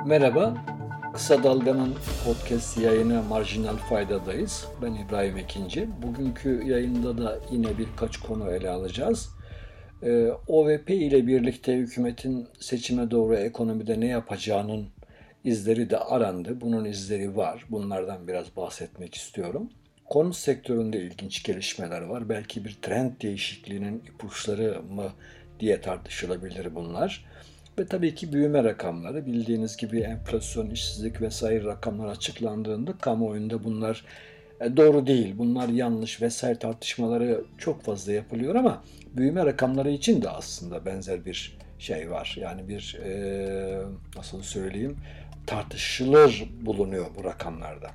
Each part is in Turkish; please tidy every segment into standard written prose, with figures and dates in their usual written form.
Merhaba, Kısa Dalga'nın podcast yayını Marjinal Fayda'dayız. Ben İbrahim Ekinci. Bugünkü yayında da yine birkaç konu ele alacağız. OVP ile birlikte hükümetin seçime doğru ekonomide ne yapacağının izleri de arandı. Bunun izleri var. Bunlardan biraz bahsetmek istiyorum. Konut sektöründe ilginç gelişmeler var. Belki bir trend değişikliğinin ipuçları mı diye tartışılabilir bunlar. Ve tabii ki büyüme rakamları. Bildiğiniz gibi enflasyon, işsizlik vesaire rakamlar açıklandığında kamuoyunda bunlar doğru değil, bunlar yanlış vesaire tartışmaları çok fazla yapılıyor ama büyüme rakamları için de aslında benzer bir şey var. Yani bir nasıl söyleyeyim, tartışılır bulunuyor bu rakamlarda.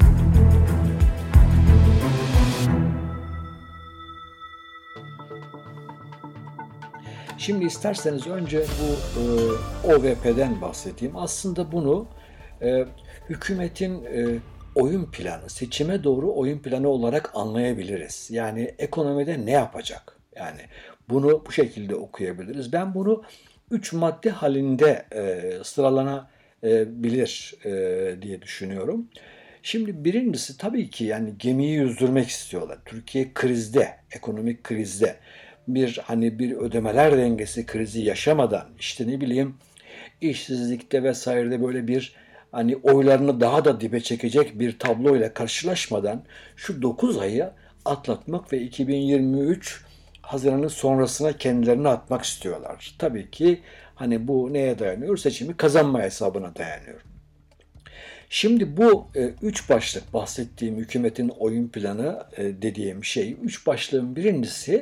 Şimdi isterseniz önce bu OVP'den bahsedeyim. Aslında bunu e, hükümetin oyun planı, seçime doğru oyun planı olarak anlayabiliriz. Yani ekonomide ne yapacak? Yani bunu bu şekilde okuyabiliriz. Ben bunu 3 madde halinde sıralanabilir diye düşünüyorum. Şimdi birincisi tabii ki yani gemiyi yüzdürmek istiyorlar. Türkiye krizde, ekonomik krizde. Bir ödemeler dengesi krizi yaşamadan işte ne bileyim işsizlikte vesairede böyle bir hani oylarını daha da dibe çekecek bir tabloyla karşılaşmadan şu 9 ayı atlatmak ve 2023 Haziran'ın sonrasına kendilerini atmak istiyorlar. Tabii ki hani bu neye dayanıyor? Seçimi kazanma hesabına dayanıyor. Şimdi bu üç başlık bahsettiğim hükümetin oyun planı dediğim şey, üç başlığın birincisi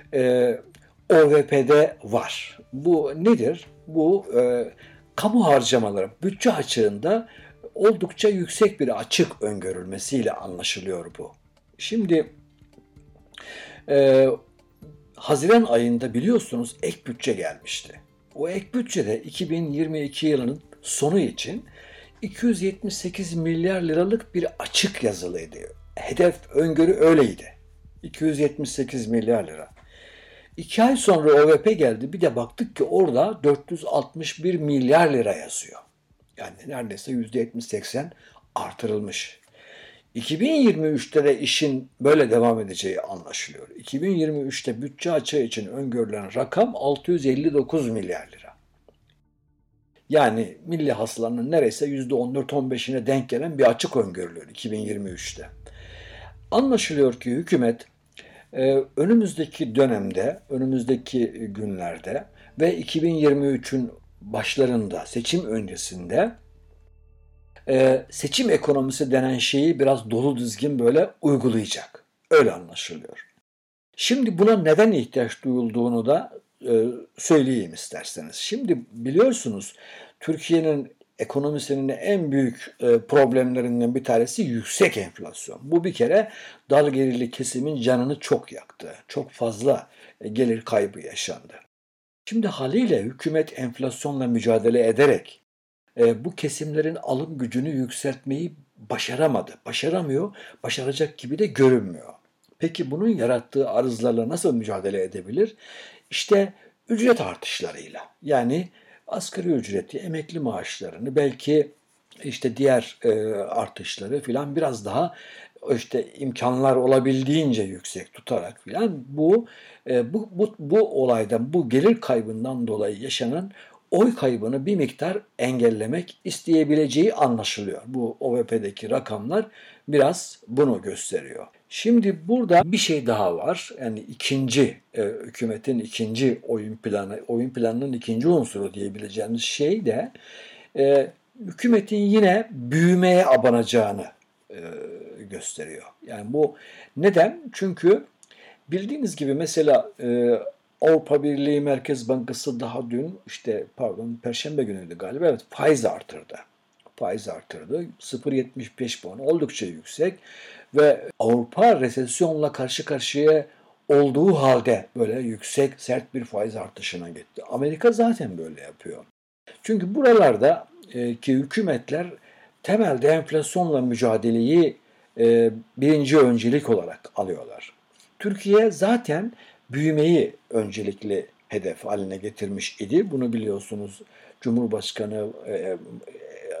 OVP'de var. Bu nedir? Bu kamu harcamaları, bütçe açığında oldukça yüksek bir açık öngörülmesiyle anlaşılıyor bu. Şimdi e, Haziran ayında biliyorsunuz ek bütçe gelmişti. O ek bütçede 2022 yılının sonu için 278 milyar liralık bir açık yazılıydı. Hedef öngörü öyleydi. 278 milyar lira. 2 ay sonra OVP geldi. Bir de baktık ki orada 461 milyar lira yazıyor. Yani neredeyse %70-80 artırılmış. 2023'te de işin böyle devam edeceği anlaşılıyor. 2023'te bütçe açığı için öngörülen rakam 659 milyar lira. Yani milli hasılanın neredeyse %14-15'ine denk gelen bir açık öngörülüyor 2023'te. Anlaşılıyor ki hükümet önümüzdeki dönemde, önümüzdeki günlerde ve 2023'ün başlarında, seçim öncesinde seçim ekonomisi denen şeyi biraz dolu dizgin böyle uygulayacak. Öyle anlaşılıyor. Şimdi buna neden ihtiyaç duyulduğunu da söyleyeyim isterseniz. Şimdi biliyorsunuz Türkiye'nin ekonomisinin en büyük problemlerinden bir tanesi yüksek enflasyon. Bu bir kere dar gelirli kesimin canını çok yaktı. Çok fazla gelir kaybı yaşandı. Şimdi haliyle hükümet enflasyonla mücadele ederek bu kesimlerin alım gücünü yükseltmeyi başaramadı. Başaramıyor, başaracak gibi de görünmüyor. Peki bunun yarattığı arızlarla nasıl mücadele edebilir? İşte ücret artışlarıyla. Yani asgari ücreti, emekli maaşlarını, belki işte diğer artışları filan biraz daha işte imkanlar olabildiğince yüksek tutarak filan bu olaydan, bu gelir kaybından dolayı yaşanan oy kaybını bir miktar engellemek isteyebileceği anlaşılıyor. Bu OVP'deki rakamlar biraz bunu gösteriyor. Şimdi burada bir şey daha var. Yani hükümetin ikinci oyun planının ikinci unsuru diyebileceğimiz şey de hükümetin yine büyümeye abanacağını e, gösteriyor. Yani bu neden? Çünkü bildiğiniz gibi mesela Avrupa Birliği Merkez Bankası daha dün Perşembe günüydü galiba, evet, faiz artırdı. Faiz artırdı. 0,75 puan, oldukça yüksek ve Avrupa resesyonla karşı karşıya olduğu halde böyle yüksek sert bir faiz artışına gitti. Amerika zaten böyle yapıyor. Çünkü buralarda ki hükümetler temelde enflasyonla mücadeleyi birinci öncelik olarak alıyorlar. Türkiye zaten büyümeyi öncelikli hedef haline getirmiş idi. Bunu biliyorsunuz, Cumhurbaşkanı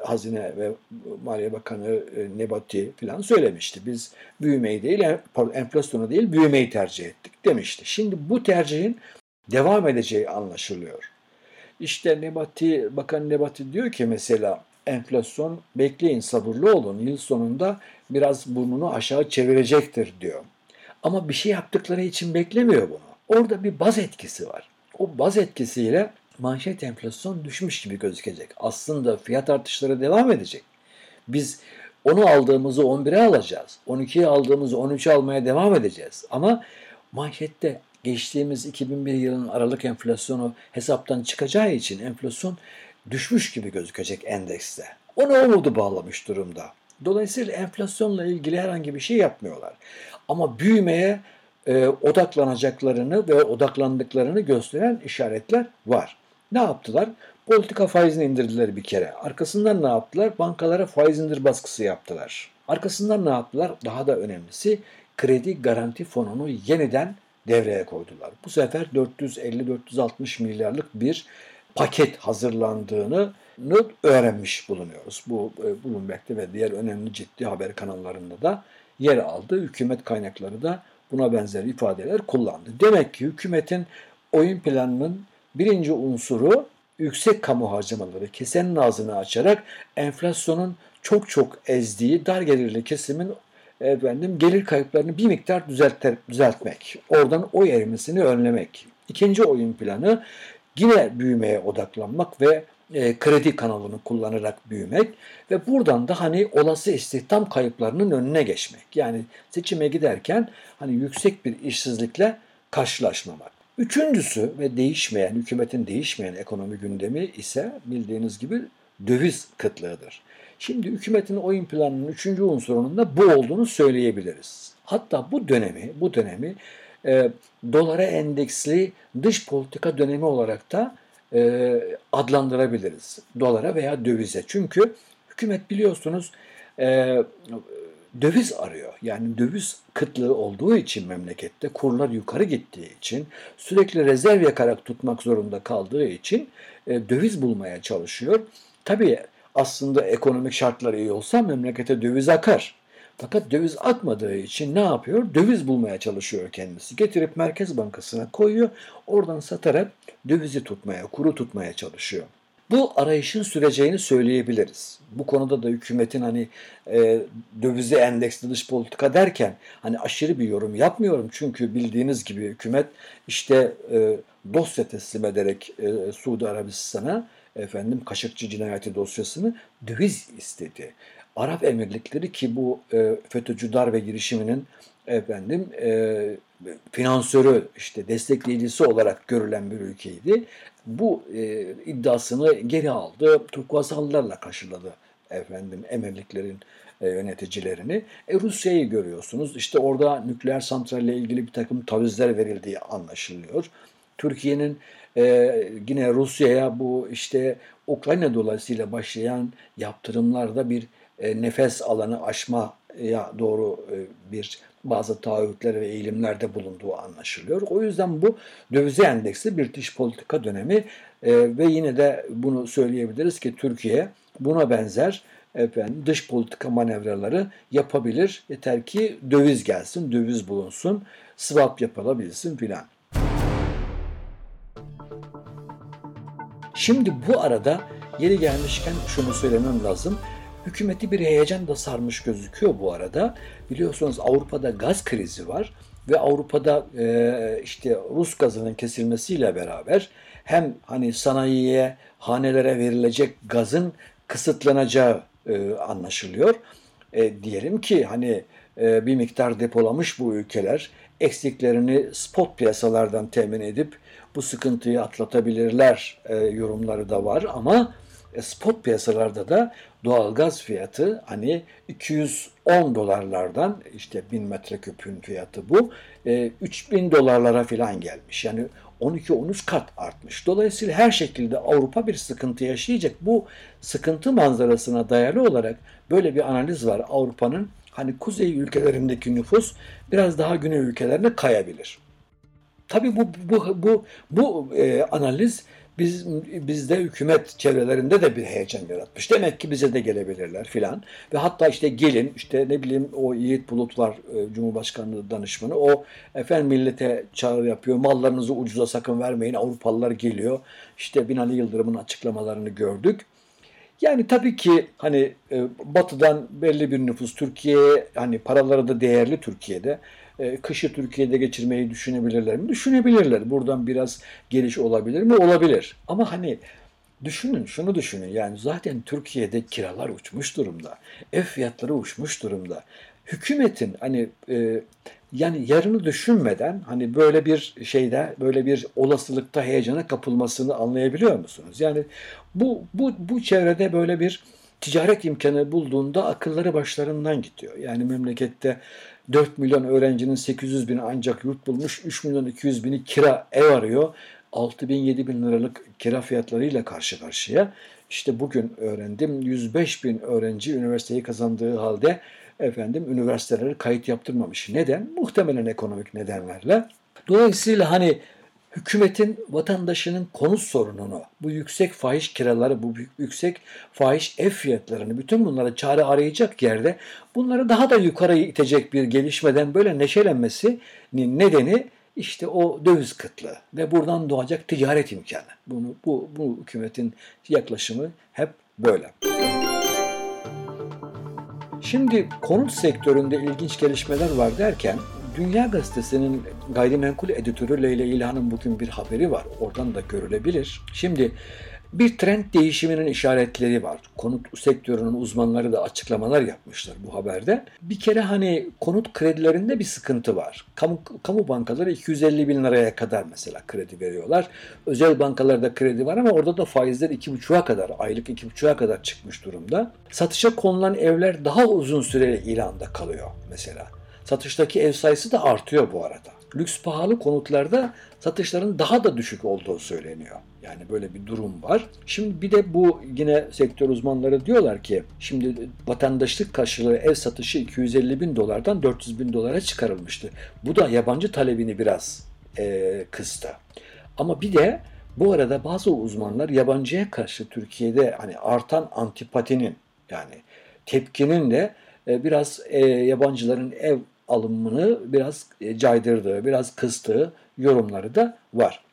Hazine ve Maliye Bakanı Nebati falan söylemişti. Biz büyümeyi değil, enflasyonu değil büyümeyi tercih ettik demişti. Şimdi bu tercihin devam edeceği anlaşılıyor. İşte Bakan Nebati diyor ki mesela enflasyon bekleyin sabırlı olun yıl sonunda biraz burnunu aşağı çevirecektir diyor. Ama bir şey yaptıkları için beklemiyor bunu. Orada bir baz etkisi var. O baz etkisiyle manşet enflasyon düşmüş gibi gözükecek. Aslında fiyat artışları devam edecek. Biz onu aldığımızı 11'e alacağız. 12'ye aldığımızı 13'e almaya devam edeceğiz. Ama manşette geçtiğimiz 2001 yılının Aralık enflasyonu hesaptan çıkacağı için enflasyon düşmüş gibi gözükecek endekste. Ona umudu bağlamış durumda. Dolayısıyla enflasyonla ilgili herhangi bir şey yapmıyorlar. Ama büyümeye odaklanacaklarını ve odaklandıklarını gösteren işaretler var. Ne yaptılar? Politika faizini indirdiler bir kere. Arkasından ne yaptılar? Bankalara faiz indir baskısı yaptılar. Arkasından ne yaptılar? Daha da önemlisi kredi garanti fonunu yeniden devreye koydular. Bu sefer 450-460 milyarlık bir paket hazırlandığını öğrenmiş bulunuyoruz. Bu Bloomberg'te ve diğer önemli ciddi haber kanallarında da yer aldı. Hükümet kaynakları da buna benzer ifadeler kullandı. Demek ki hükümetin oyun planının birinci unsuru yüksek kamu harcamaları, kesenin ağzını açarak enflasyonun çok ezdiği dar gelirli kesimin gelir kayıplarını bir miktar düzeltmek. Oradan oy erimesini önlemek. İkinci oyun planı yine büyümeye odaklanmak ve kredi kanalını kullanarak büyümek ve buradan da hani olası istihdam kayıplarının önüne geçmek. Yani seçime giderken hani yüksek bir işsizlikle karşılaşmamak. Üçüncüsü ve hükümetin değişmeyen ekonomi gündemi ise bildiğiniz gibi döviz kıtlığıdır. Şimdi hükümetin oyun planının üçüncü unsurunun da bu olduğunu söyleyebiliriz. Hatta bu dönemi dolara endeksli dış politika dönemi olarak da adlandırabiliriz. Dolara veya dövize. Çünkü hükümet biliyorsunuz döviz arıyor. Yani döviz kıtlığı olduğu için memlekette kurlar yukarı gittiği için sürekli rezerv yakarak tutmak zorunda kaldığı için döviz bulmaya çalışıyor. Tabii aslında ekonomik şartlar iyi olsa memlekete döviz akar. Fakat döviz akmadığı için ne yapıyor? Döviz bulmaya çalışıyor kendisi. Getirip Merkez Bankası'na koyuyor. Oradan satarak dövizi kuru tutmaya çalışıyor. Bu arayışın süreceğini söyleyebiliriz. Bu konuda da hükümetin dövize endeksli dış politika derken aşırı bir yorum yapmıyorum. Çünkü bildiğiniz gibi hükümet dosya teslim ederek Suudi Arabistan'a Kaşıkçı cinayeti dosyasını döviz istedi. Arap Emirlikleri ki bu FETÖ'cü darbe girişiminin finansörü destekleyicisi olarak görülen bir ülkeydi. Bu iddiasını geri aldı. Turkuaz halılarla karşıladı Emirliklerin yöneticilerini. Rusya'yı görüyorsunuz. Orada nükleer santralle ilgili bir takım tavizler verildiği anlaşılıyor. Türkiye'nin yine Rusya'ya bu Ukrayna dolayısıyla başlayan yaptırımlarda bir nefes alanı aşmaya doğru bazı taahhütler ve eğilimlerde bulunduğu anlaşılıyor. O yüzden bu dövize endeksli bir dış politika dönemi ve yine de bunu söyleyebiliriz ki Türkiye buna benzer dış politika manevraları yapabilir. Yeter ki döviz gelsin, döviz bulunsun, swap yapılabilsin filan. Şimdi bu arada yeri gelmişken şunu söylemem lazım. Hükümeti bir heyecan da sarmış gözüküyor bu arada. Biliyorsunuz Avrupa'da gaz krizi var ve Avrupa'da Rus gazının kesilmesiyle beraber hem sanayiye, hanelere verilecek gazın kısıtlanacağı anlaşılıyor. Diyelim ki bir miktar depolamış bu ülkeler eksiklerini spot piyasalardan temin edip bu sıkıntıyı atlatabilirler yorumları da var ama spot piyasalarda da doğalgaz fiyatı 210 dolarlardan 1000 metreküpün fiyatı bu 3000 dolarlara falan gelmiş. Yani 12-13 kat artmış. Dolayısıyla her şekilde Avrupa bir sıkıntı yaşayacak. Bu sıkıntı manzarasına dayalı olarak böyle bir analiz var. Avrupa'nın kuzey ülkelerindeki nüfus biraz daha güney ülkelerine kayabilir. Tabii bu analiz Bizde hükümet çevrelerinde de bir heyecan yaratmış. Demek ki bize de gelebilirler filan. Ve hatta işte gelin, işte ne bileyim, o Yiğit Bulut var, Cumhurbaşkanlığı danışmanı. O efendim millete çağrı yapıyor. Mallarınızı ucuza sakın vermeyin. Avrupalılar geliyor. İşte Binali Yıldırım'ın açıklamalarını gördük. Yani tabii ki hani batıdan belli bir nüfus Türkiye'ye, hani paraları da değerli Türkiye'de. Kışı Türkiye'de geçirmeyi düşünebilirler mi? Düşünebilirler. Buradan biraz geliş olabilir mi? Olabilir. Ama hani düşünün, şunu düşünün. Yani zaten Türkiye'de kiralar uçmuş durumda. Ev fiyatları uçmuş durumda. Hükümetin hani yani yarını düşünmeden hani böyle bir şeyde, böyle bir olasılıkta heyecana kapılmasını anlayabiliyor musunuz? Yani bu çevrede böyle bir ticaret imkanı bulduğunda akılları başlarından gidiyor. Yani memlekette 4 milyon öğrencinin 800 bini ancak yurt bulmuş, 3 milyon 200 bini kira ev arıyor. 6 bin 7 bin liralık kira fiyatlarıyla karşı karşıya. İşte bugün öğrendim, 105 bin öğrenci üniversiteyi kazandığı halde efendim üniversitelere kayıt yaptırmamış. Neden? Muhtemelen ekonomik nedenlerle. Dolayısıyla hani hükümetin vatandaşının konut sorununu, bu yüksek fahiş kiraları, bu yüksek fahiş ev fiyatlarını, bütün bunlara çare arayacak yerde bunları daha da yukarı itecek bir gelişmeden böyle neşelenmesinin nedeni işte o döviz kıtlığı ve buradan doğacak ticaret imkanı. Bu hükümetin yaklaşımı hep böyle. Şimdi konut sektöründe ilginç gelişmeler var derken Dünya Gazetesi'nin gayrimenkul editörü Leyla İlhan'ın bugün bir haberi var. Oradan da görülebilir. Şimdi bir trend değişiminin işaretleri var. Konut sektörünün uzmanları da açıklamalar yapmışlar bu haberde. Bir kere hani konut kredilerinde bir sıkıntı var. Kamu bankaları 250 bin liraya kadar mesela kredi veriyorlar. Özel bankalarda kredi var ama orada da faizler 2,5'a kadar, aylık 2,5'a kadar çıkmış durumda. Satışa konulan evler daha uzun süre ilanda kalıyor mesela. Satıştaki ev sayısı da artıyor bu arada. Lüks pahalı konutlarda satışların daha da düşük olduğu söyleniyor. Yani böyle bir durum var. Şimdi bir de bu yine sektör uzmanları diyorlar ki şimdi vatandaşlık karşılığı ev satışı 250 bin dolardan 400 bin dolara çıkarılmıştı. Bu da yabancı talebini biraz kıstı. Ama bir de bu arada bazı uzmanlar yabancıya karşı Türkiye'de hani artan antipatinin, yani tepkinin de biraz yabancıların ev alımını biraz caydırdığı, biraz kıstığı yorumları da var.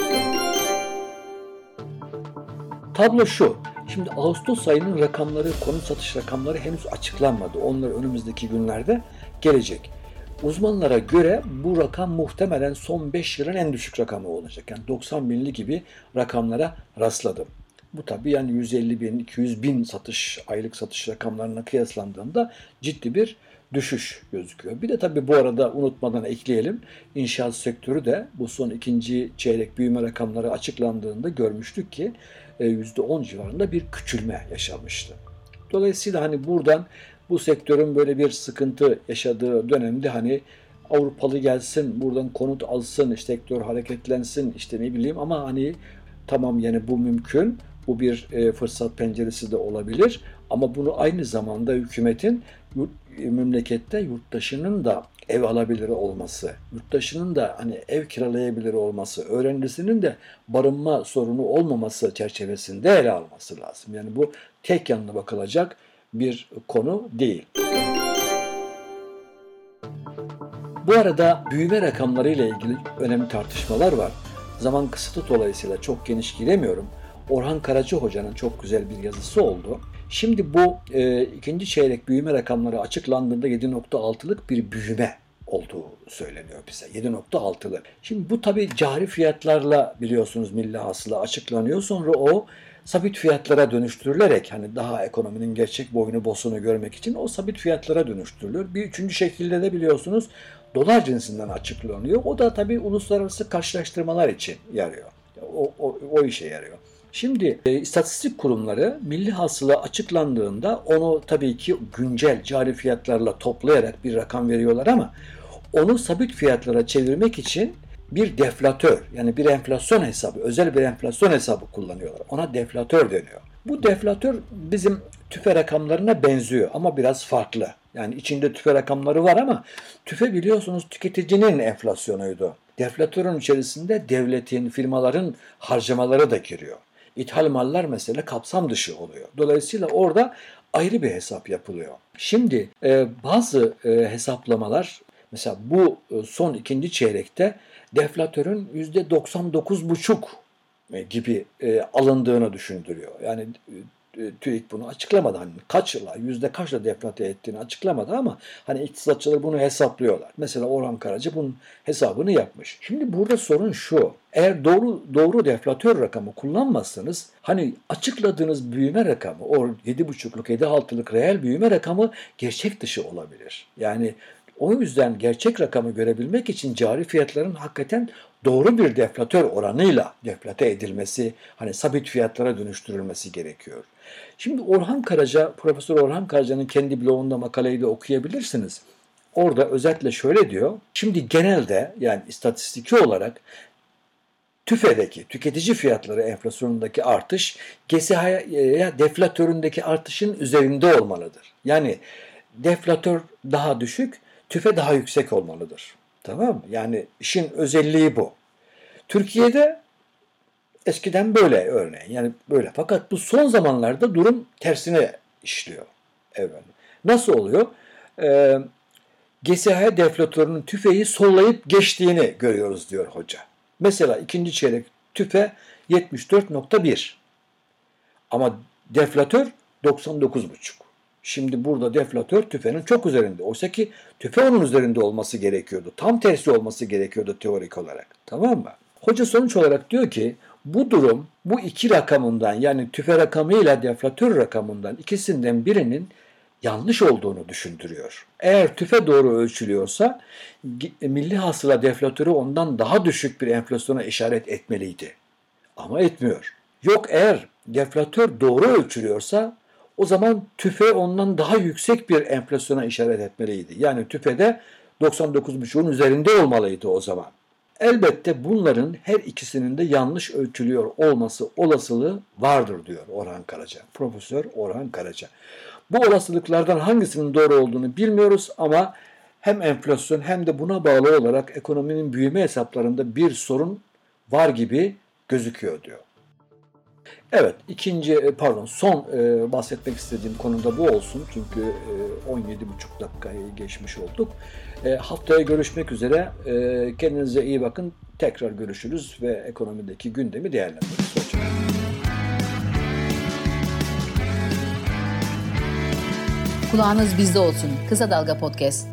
Tablo şu. Şimdi Ağustos ayının rakamları, konut satış rakamları henüz açıklanmadı. Onlar önümüzdeki günlerde gelecek. Uzmanlara göre bu rakam muhtemelen son 5 yılın en düşük rakamı olacak. Yani 90 binli gibi rakamlara rastladım. Bu tabii yani 150 bin, 200 bin aylık satış rakamlarına kıyaslandığında ciddi bir düşüş gözüküyor. Bir de tabii bu arada unutmadan ekleyelim, inşaat sektörü de bu son ikinci çeyrek büyüme rakamları açıklandığında görmüştük ki %10 civarında bir küçülme yaşanmıştı. Dolayısıyla hani buradan bu sektörün böyle bir sıkıntı yaşadığı dönemde hani Avrupalı gelsin, buradan konut alsın, işte sektör hareketlensin, işte ne bileyim, ama hani tamam, yani bu mümkün. Bu bir fırsat penceresi de olabilir. Ama bunu aynı zamanda hükümetin memlekette yurttaşının da ev alabilir olması, yurttaşının da hani ev kiralayabilir olması, öğrencisinin de barınma sorunu olmaması çerçevesinde ele alması lazım. Yani bu tek yanına bakılacak bir konu değil. Bu arada büyüme rakamları ile ilgili önemli tartışmalar var. Zaman kısıtı dolayısıyla çok geniş giremiyorum. Orhan Karaca Hoca'nın çok güzel bir yazısı oldu. Şimdi bu ikinci çeyrek büyüme rakamları açıklandığında 7,6'lık bir büyüme olduğu söyleniyor bize. 7,6'lık. Şimdi bu tabii cari fiyatlarla, biliyorsunuz, milli hasıla açıklanıyor. Sonra o sabit fiyatlara dönüştürülerek, hani daha ekonominin gerçek boyunu bosunu görmek için o sabit fiyatlara dönüştürülüyor. Bir üçüncü şekilde de biliyorsunuz dolar cinsinden açıklanıyor. O da tabii uluslararası karşılaştırmalar için yarıyor. O işe yarıyor. Şimdi istatistik kurumları milli hasıla açıklandığında onu tabii ki güncel cari fiyatlarla toplayarak bir rakam veriyorlar ama onu sabit fiyatlara çevirmek için bir deflatör, yani bir enflasyon hesabı, özel bir enflasyon hesabı kullanıyorlar. Ona deflatör deniyor. Bu deflatör bizim TÜFE rakamlarına benziyor ama biraz farklı. Yani içinde TÜFE rakamları var ama TÜFE biliyorsunuz tüketicinin enflasyonuydu. Deflatörün içerisinde devletin, firmaların harcamaları da giriyor. İthal mallar mesela kapsam dışı oluyor. Dolayısıyla orada ayrı bir hesap yapılıyor. Şimdi bazı hesaplamalar mesela bu son ikinci çeyrekte deflatörün %99,5 gibi alındığını düşündürüyor. Yani TÜİK bunu açıklamadı. Hani yüzde kaçla deflate ettiğini açıklamadı ama hani iktisatçılar bunu hesaplıyorlar. Mesela Orhan Karaca bunun hesabını yapmış. Şimdi burada sorun şu. Eğer doğru deflatör rakamı kullanmazsanız hani açıkladığınız büyüme rakamı, o 7,5'luk 7,6'lık reel büyüme rakamı gerçek dışı olabilir. Yani o yüzden gerçek rakamı görebilmek için cari fiyatların hakikaten doğru bir deflatör oranıyla deflate edilmesi, hani sabit fiyatlara dönüştürülmesi gerekiyor. Şimdi Profesör Orhan Karaca'nın kendi blogunda makaleyi de okuyabilirsiniz. Orada özetle şöyle diyor. Şimdi genelde yani istatistiki olarak TÜFE'deki tüketici fiyatları enflasyonundaki artış GSH'ya deflatöründeki artışın üzerinde olmalıdır. Yani deflatör daha düşük, TÜFE daha yüksek olmalıdır. Tamam mı? Yani işin özelliği bu. Türkiye'de eskiden böyle örneğin yani böyle. Fakat bu son zamanlarda durum tersine işliyor. Evet. Nasıl oluyor? GSH deflatörünün TÜFE'yi sollayıp geçtiğini görüyoruz diyor hoca. Mesela ikinci çeyrek TÜFE 74,1 ama deflatör 99,5. Şimdi burada deflatör TÜFE'nin çok üzerinde. Oysa ki TÜFE onun üzerinde olması gerekiyordu. Tam tersi olması gerekiyordu teorik olarak. Tamam mı? Hoca sonuç olarak diyor ki bu durum bu iki rakamından yani TÜFE rakamıyla deflatör rakamından ikisinden birinin yanlış olduğunu düşündürüyor. Eğer TÜFE doğru ölçülüyorsa milli hasıla deflatörü ondan daha düşük bir enflasyona işaret etmeliydi. Ama etmiyor. Yok eğer deflatör doğru ölçülüyorsa o zaman TÜFE ondan daha yüksek bir enflasyona işaret etmeliydi. Yani TÜFE'de 99,5'un üzerinde olmalıydı o zaman. Elbette bunların her ikisinin de yanlış ölçülüyor olması olasılığı vardır diyor Orhan Karaca. Profesör Orhan Karaca. Bu olasılıklardan hangisinin doğru olduğunu bilmiyoruz ama hem enflasyon hem de buna bağlı olarak ekonominin büyüme hesaplarında bir sorun var gibi gözüküyor diyor. Evet, son bahsetmek istediğim konuda bu olsun. Çünkü 17,5 dakikayı geçmiş olduk. Haftaya görüşmek üzere. Kendinize iyi bakın. Tekrar görüşürüz ve ekonomideki gündemi değerlendiririz. Hoşçakalın. Kulağınız bizde olsun. Kısa Dalga Podcast.